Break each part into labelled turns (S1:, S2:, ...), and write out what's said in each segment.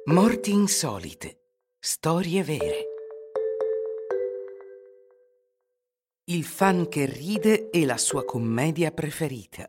S1: Morti insolite. Storie vere. Il fan che ride e la sua commedia preferita.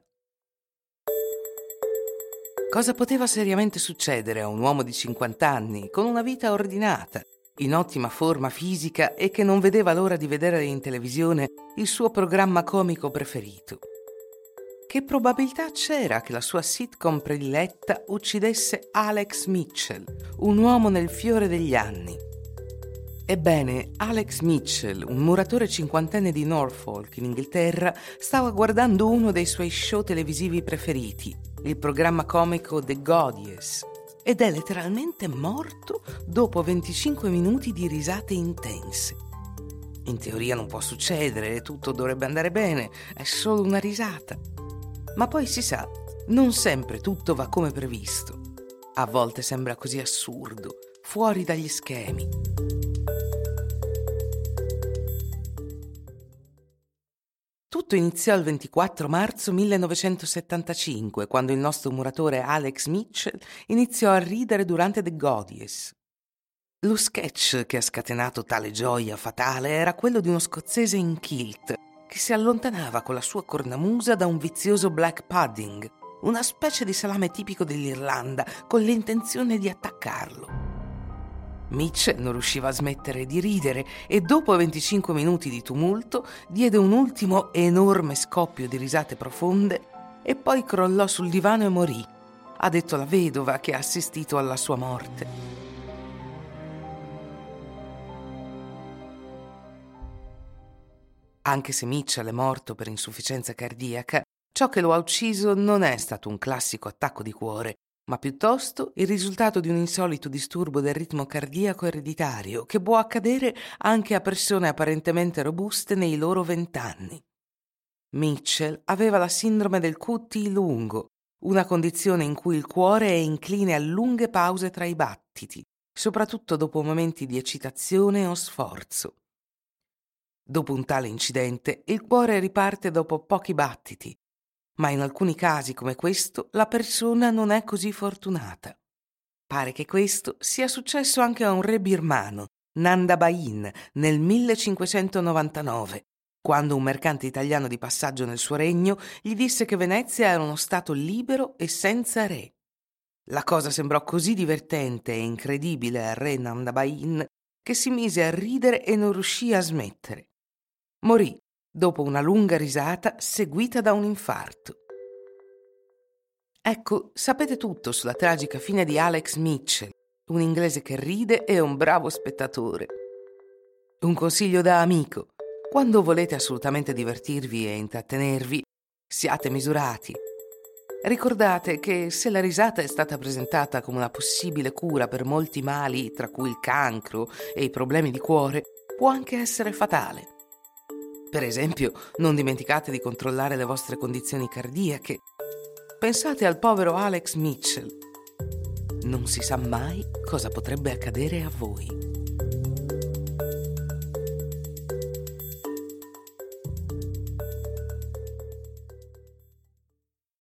S1: Cosa poteva seriamente succedere a un uomo di 50 anni, con una vita ordinata, in ottima forma fisica e che non vedeva l'ora di vedere in televisione il suo programma comico preferito? Che probabilità c'era che la sua sitcom prediletta uccidesse Alex Mitchell, un uomo nel fiore degli anni? Ebbene, Alex Mitchell, un muratore cinquantenne di Norfolk, in Inghilterra, stava guardando uno dei suoi show televisivi preferiti, il programma comico The Godies, ed è letteralmente morto dopo 25 minuti di risate intense. In teoria non può succedere, tutto dovrebbe andare bene, è solo una risata. Ma poi si sa, non sempre tutto va come previsto. A volte sembra così assurdo, fuori dagli schemi. Tutto iniziò il 24 marzo 1975, quando il nostro muratore Alex Mitchell iniziò a ridere durante The Godies. Lo sketch che ha scatenato tale gioia fatale era quello di uno scozzese in kilt che si allontanava con la sua cornamusa da un vizioso black pudding, una specie di salame tipico dell'Irlanda, con l'intenzione di attaccarlo. Mitch non riusciva a smettere di ridere e dopo 25 minuti di tumulto diede un ultimo enorme scoppio di risate profonde e poi crollò sul divano e morì, ha detto la vedova che ha assistito alla sua morte. Anche se Mitchell è morto per insufficienza cardiaca, ciò che lo ha ucciso non è stato un classico attacco di cuore, ma piuttosto il risultato di un insolito disturbo del ritmo cardiaco ereditario che può accadere anche a persone apparentemente robuste nei loro 20 anni. Mitchell aveva la sindrome del QT lungo, una condizione in cui il cuore è incline a lunghe pause tra i battiti, soprattutto dopo momenti di eccitazione o sforzo. Dopo un tale incidente, il cuore riparte dopo pochi battiti, ma in alcuni casi come questo la persona non è così fortunata. Pare che questo sia successo anche a un re birmano, Nanda Bain, nel 1599, quando un mercante italiano di passaggio nel suo regno gli disse che Venezia era uno stato libero e senza re. La cosa sembrò così divertente e incredibile al re Nanda Bain che si mise a ridere e non riuscì a smettere. Morì dopo una lunga risata seguita da un infarto. Ecco, sapete tutto sulla tragica fine di Alex Mitchell, un inglese che ride e un bravo spettatore. Un consiglio da amico: quando volete assolutamente divertirvi e intrattenervi, siate misurati. Ricordate che se la risata è stata presentata come una possibile cura per molti mali, tra cui il cancro e i problemi di cuore, può anche essere fatale. Per esempio, non dimenticate di controllare le vostre condizioni cardiache. Pensate al povero Alex Mitchell. Non si sa mai cosa potrebbe accadere a voi.